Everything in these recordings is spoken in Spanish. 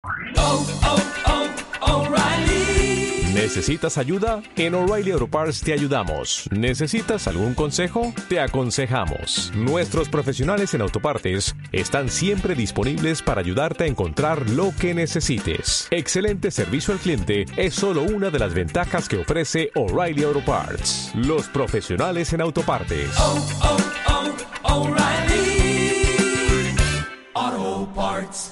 ¿Necesitas ayuda? En O'Reilly Auto Parts te ayudamos. ¿Necesitas algún consejo? Te aconsejamos. Nuestros profesionales en autopartes están siempre disponibles para ayudarte a encontrar lo que necesites. Excelente servicio al cliente es solo una de las ventajas que ofrece O'Reilly Auto Parts. Los profesionales en autopartes. O'Reilly Auto Parts.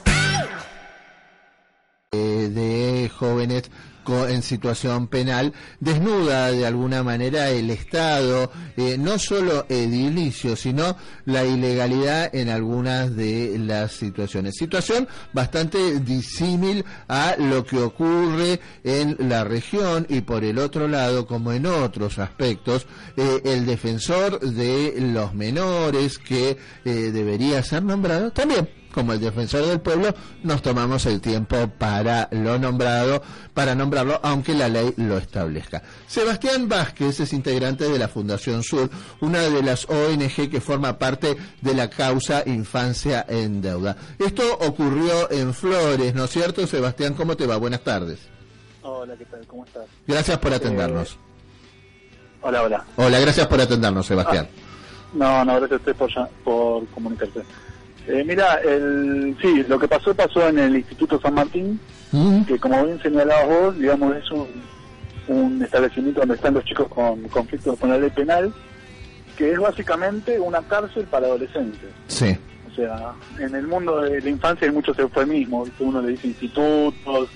De jóvenes en situación penal, desnuda de alguna manera el Estado, no solo edilicio, sino la ilegalidad en algunas de las situaciones. Situación bastante disímil a lo que ocurre en la región, y por el otro lado, como en otros aspectos, el defensor de los menores, que debería ser nombrado también como el defensor del pueblo, nos tomamos el tiempo para nombrarlo, aunque la ley lo establezca. Sebastián Vázquez es integrante de la Fundación Sur, una de las ONG que forma parte de la causa Infancia en Deuda. Esto ocurrió en Flores, ¿no es cierto, Sebastián? ¿Cómo te va? Buenas tardes. Hola, ¿qué tal? ¿Cómo estás? Gracias por atendernos. Hola. Hola, gracias por atendernos, Sebastián. No, gracias a usted por comunicarte. Mira, lo que pasó en el Instituto San Martín, que como bien señalabas vos, digamos, es un establecimiento donde están los chicos con conflictos con la ley penal, que es básicamente una cárcel para adolescentes. Sí. O sea, en el mundo de la infancia hay muchos eufemismos, uno le dice institutos,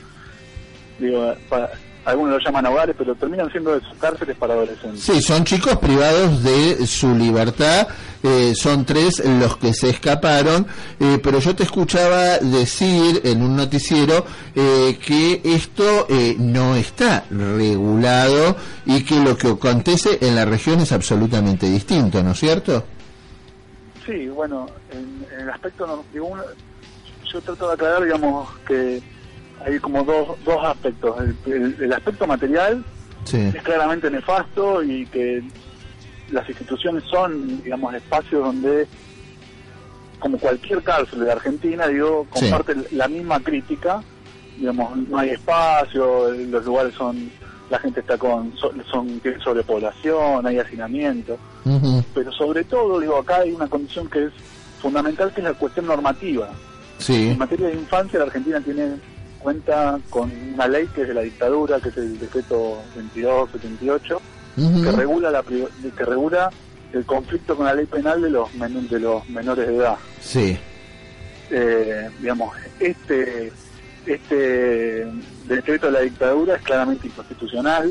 algunos lo llaman hogares, pero terminan siendo esos, cárceles para adolescentes. Sí, son chicos privados de su libertad, son 3 los que se escaparon, pero yo te escuchaba decir en un noticiero que esto no está regulado y que lo que acontece en la región es absolutamente distinto, ¿no es cierto? Sí, bueno, en el aspecto, yo trato de aclarar, digamos, que hay como dos aspectos. El aspecto material, sí, es claramente nefasto, y que las instituciones son, digamos, espacios donde, como cualquier cárcel de Argentina, comparten, sí, la misma crítica. Digamos, no hay espacio, los lugares la gente está tiene sobrepoblación, hay hacinamiento. Pero sobre todo, acá hay una condición que es fundamental, que es la cuestión normativa. Sí. En materia de infancia, la Argentina cuenta con una ley que es de la dictadura, que es el decreto 2278, que regula el conflicto con la ley penal de los menores de edad. Sí. Digamos, este decreto de la dictadura es claramente inconstitucional.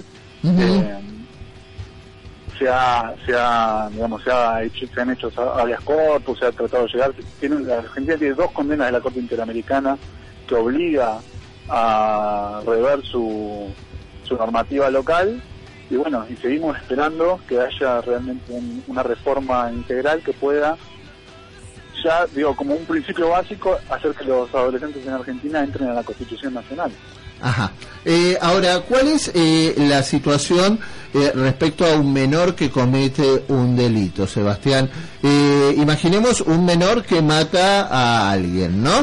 Se han hecho habeas corpus, se ha tratado de llegar. La Argentina tiene 2 condenas de la Corte Interamericana que obliga a rever su normativa local, y seguimos esperando que haya realmente una reforma integral que pueda, como un principio básico, hacer que los adolescentes en Argentina entren a la Constitución Nacional. Ajá. Ahora, ¿cuál es la situación respecto a un menor que comete un delito, Sebastián? Imaginemos un menor que mata a alguien, ¿no?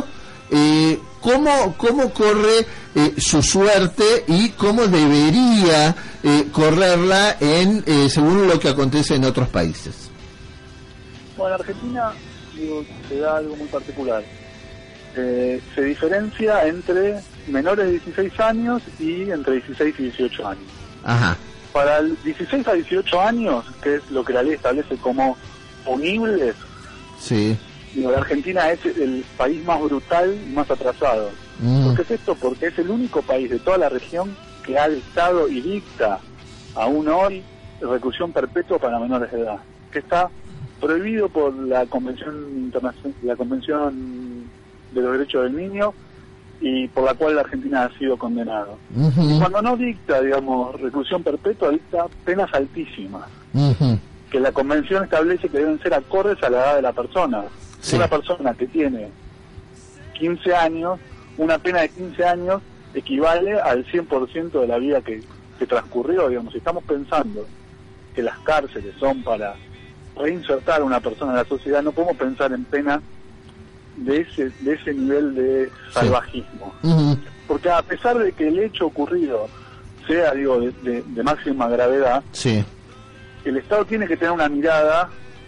¿Cómo corre su suerte y cómo debería correrla según lo que acontece en otros países? Bueno, en Argentina se da algo muy particular. Se diferencia entre menores de 16 años y entre 16 y 18 años. Ajá. Para el 16 a 18 años, que es lo que la ley establece como punibles, sí, la Argentina es el país más brutal y más atrasado. ¿Por qué es esto? Porque es el único país de toda la región que ha dictado y dicta aún hoy reclusión perpetua para menores de edad, que está prohibido por la Convención Internacional, la Convención de los Derechos del Niño, y por la cual la Argentina ha sido condenado. Y cuando no dicta, reclusión perpetua, dicta penas altísimas, que la Convención establece que deben ser acordes a la edad de la persona. Sí. Una persona que tiene 15 años, una pena de 15 años equivale al 100% de la vida que transcurrió. Si estamos pensando que las cárceles son para reinsertar a una persona en la sociedad, no podemos pensar en penas de ese nivel de salvajismo. Porque a pesar de que el hecho ocurrido sea, digo, de máxima gravedad, el Estado tiene que tener una mirada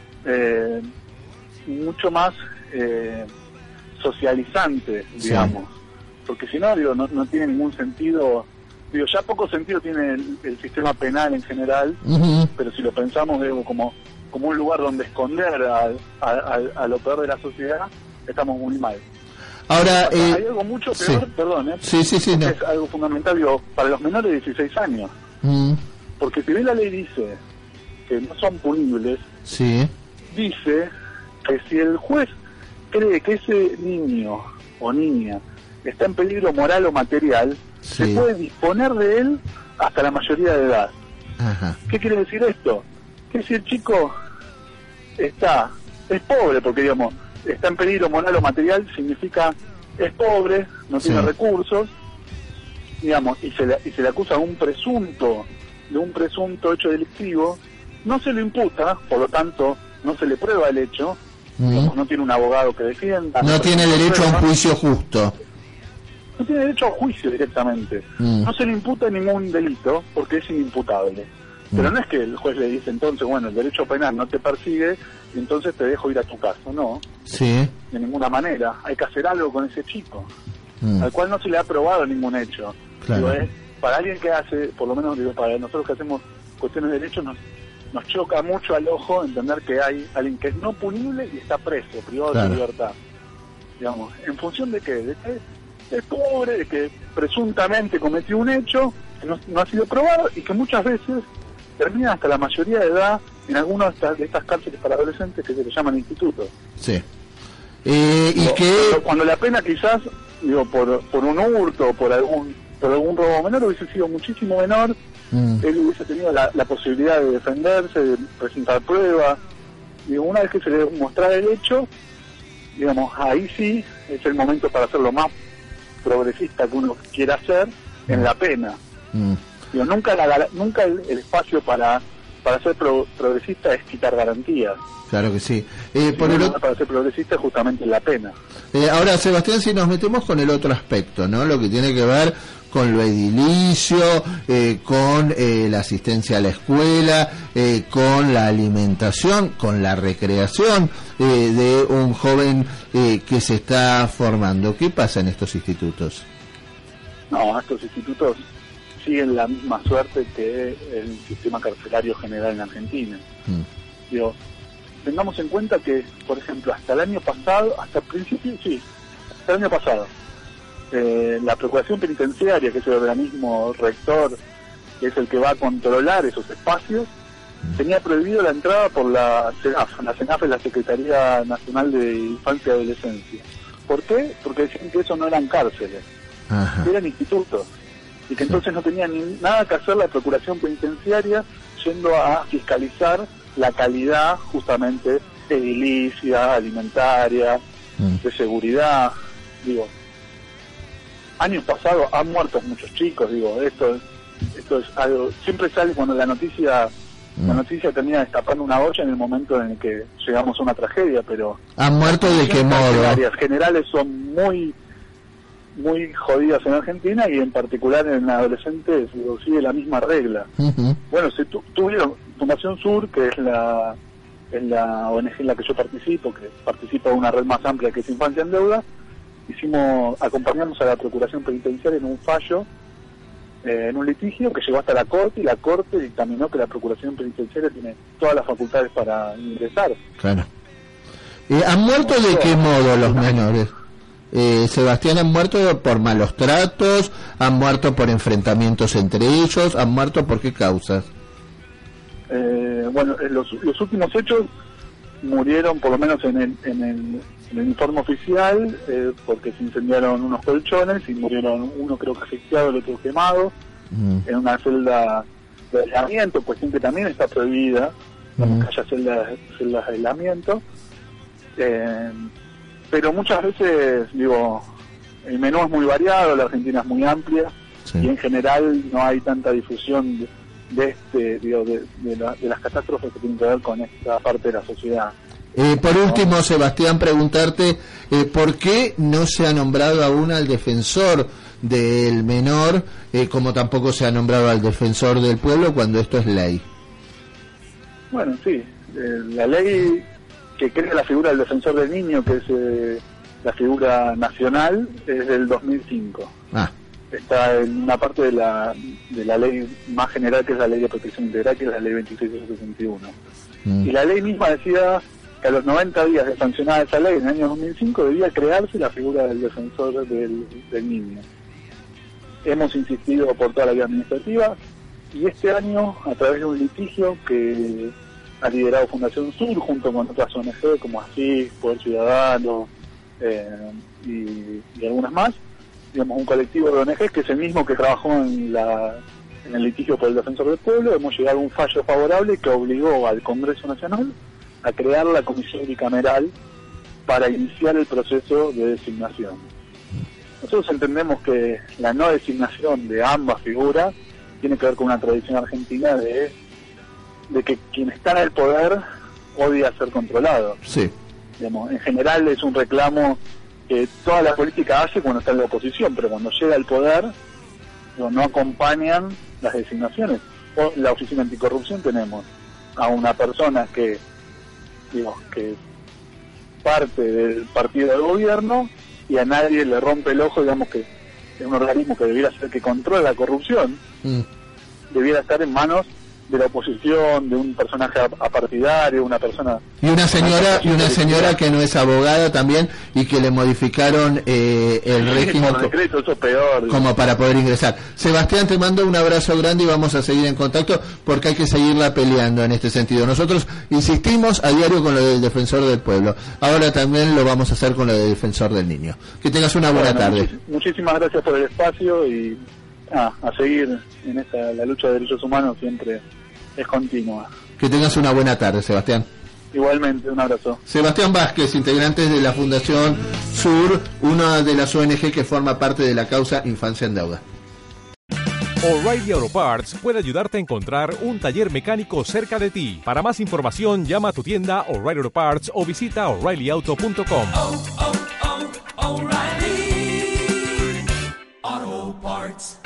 mucho más socializante, digamos, porque si no, digo, no tiene ningún sentido. Digo, ya poco sentido tiene el sistema penal en general, pero si lo pensamos, digo, como un lugar donde esconder a lo peor de la sociedad, estamos muy mal. Ahora, hay algo mucho peor, perdón, no. Es algo fundamental, digo, para los menores de 16 años. Porque si bien la ley dice que no son punibles, dice que si el juez cree que ese niño o niña está en peligro moral o material, se puede disponer de él hasta la mayoría de edad. ¿Qué quiere decir esto? Que si el chico es pobre, porque digamos, está en peligro moral o material, significa es pobre, no tiene recursos, digamos, y se le acusa de un presunto hecho delictivo, no se lo imputa, por lo tanto no se le prueba el hecho, no tiene un abogado que defienda, no tiene derecho a un juicio justo, no tiene derecho a juicio directamente, no se le imputa ningún delito porque es inimputable. Pero no es que el juez le dice entonces, bueno, el derecho penal no te persigue y entonces te dejo ir a tu casa, no. De ninguna manera. Hay que hacer algo con ese chico, al cual no se le ha probado ningún hecho. Digo, para alguien que hace, por lo menos digo, para nosotros que hacemos cuestiones de derecho, nos choca mucho al ojo entender que hay alguien que es no punible y está preso, privado de su libertad. Digamos, ¿en función de qué? De que es pobre, de que presuntamente cometió un hecho que no ha sido probado y que muchas veces termina hasta la mayoría de edad en algunas de estas cárceles para adolescentes que se le llaman institutos. Cuando la pena quizás, digo, por un hurto o por algún robo menor hubiese sido muchísimo menor, él hubiese tenido la posibilidad de defenderse, de presentar pruebas. Digo, una vez que se le mostrara el hecho, digamos, ahí sí es el momento para hacer lo más progresista que uno quiera hacer en la pena. Digo, nunca el espacio para ser progresista es quitar garantías. Claro que sí. Para ser progresista es justamente la pena. Ahora, Sebastián, si nos metemos con el otro aspecto, ¿no? Lo que tiene que ver con lo edilicio, con la asistencia a la escuela, con la alimentación, con la recreación de un joven que se está formando. ¿Qué pasa en estos institutos? No, estos institutos siguen la misma suerte que el sistema carcelario general en Argentina. Digo, tengamos en cuenta que, por ejemplo, hasta el año pasado, hasta el año pasado, la Procuración Penitenciaria, que es el organismo rector, que es el que va a controlar esos espacios, tenía prohibido la entrada por la CENAF. La CENAF es la Secretaría Nacional de Infancia y Adolescencia. ¿Por qué? Porque decían que eso no eran cárceles, eran institutos, y que entonces no tenía nada que hacer la Procuración Penitenciaria yendo a fiscalizar la calidad justamente edilicia, alimentaria, de seguridad. Digo, años pasados han muerto muchos chicos, digo, esto es algo, siempre sale cuando la noticia termina destapando una olla en el momento en el que llegamos a una tragedia, pero ¿han muerto de qué modo? Las áreas generales son muy jodidas en Argentina, y en particular en adolescentes sigue la misma regla. Bueno, si tuvieron Fundación Sur, que es la ONG en la que yo participo, que participa de una red más amplia que es Infancia en Deuda, acompañamos a la Procuración Penitenciaria en un fallo, en un litigio que llegó hasta la Corte, y la Corte dictaminó que la Procuración Penitenciaria tiene todas las facultades para ingresar. Claro. ¿Han muerto de qué modo los menores? Sebastián, ¿han muerto por malos tratos? ¿Han muerto por enfrentamientos entre ellos? ¿Han muerto por qué causas? Bueno, los últimos hechos murieron, por lo menos en el informe oficial, porque se incendiaron unos colchones y murieron uno creo que asfixiado, el otro quemado, en una celda de aislamiento, cuestión que también está prohibida, que haya celdas de aislamiento. Pero muchas veces, digo, el menú es muy variado, la Argentina es muy amplia, y en general no hay tanta difusión de las catástrofes que tienen que ver con esta parte de la sociedad. Por último, Sebastián, preguntarte ¿por qué no se ha nombrado aún al defensor del menor, como tampoco se ha nombrado al defensor del pueblo cuando esto es ley? Bueno, sí, la ley que crea la figura del defensor del niño, que es la figura nacional, es del 2005. Está en una parte de la ley más general, que es la ley de protección integral, que es la ley 2661. Y la ley misma decía que a los 90 días de sancionada esa ley, en el año 2005, debía crearse la figura del defensor del niño. Hemos insistido por toda la vía administrativa, y este año, a través de un litigio que ha liderado Fundación Sur, junto con otras ONG como ASIC, Poder Ciudadano, y algunas más, digamos, un colectivo de ONGs que es el mismo que trabajó en el litigio por el defensor del pueblo, hemos llegado a un fallo favorable que obligó al Congreso Nacional a crear la comisión bicameral para iniciar el proceso de designación. Nosotros entendemos que la no designación de ambas figuras tiene que ver con una tradición argentina de que quien está en el poder odia ser controlado. Sí. Digamos, en general es un reclamo que toda la política hace cuando está en la oposición, pero cuando llega al poder no acompañan las designaciones. O en la Oficina Anticorrupción tenemos a una persona que es parte del partido de gobierno y a nadie le rompe el ojo, digamos, que es un organismo que debiera ser que controla la corrupción, debiera estar en manos de la oposición, de un personaje apartidario, una persona... Y una señora que no es abogada también, y que le modificaron el régimen por decreto, eso es peor, como para poder ingresar. Sebastián, te mando un abrazo grande y vamos a seguir en contacto porque hay que seguirla peleando en este sentido. Nosotros insistimos a diario con lo del defensor del pueblo. Ahora también lo vamos a hacer con lo del defensor del niño. Que tengas una buena tarde. Muchísimas gracias por el espacio y a seguir en la lucha de derechos humanos siempre es continua. Que tengas una buena tarde, Sebastián. Igualmente, un abrazo. Sebastián Vázquez, integrante de la Fundación Sur, una de las ONG que forma parte de la causa Infancia en Deuda. O'Reilly Auto Parts puede ayudarte a encontrar un taller mecánico cerca de ti. Para más información, llama a tu tienda O'Reilly Auto Parts o visita O'ReillyAuto.com. O'Reilly Auto Parts.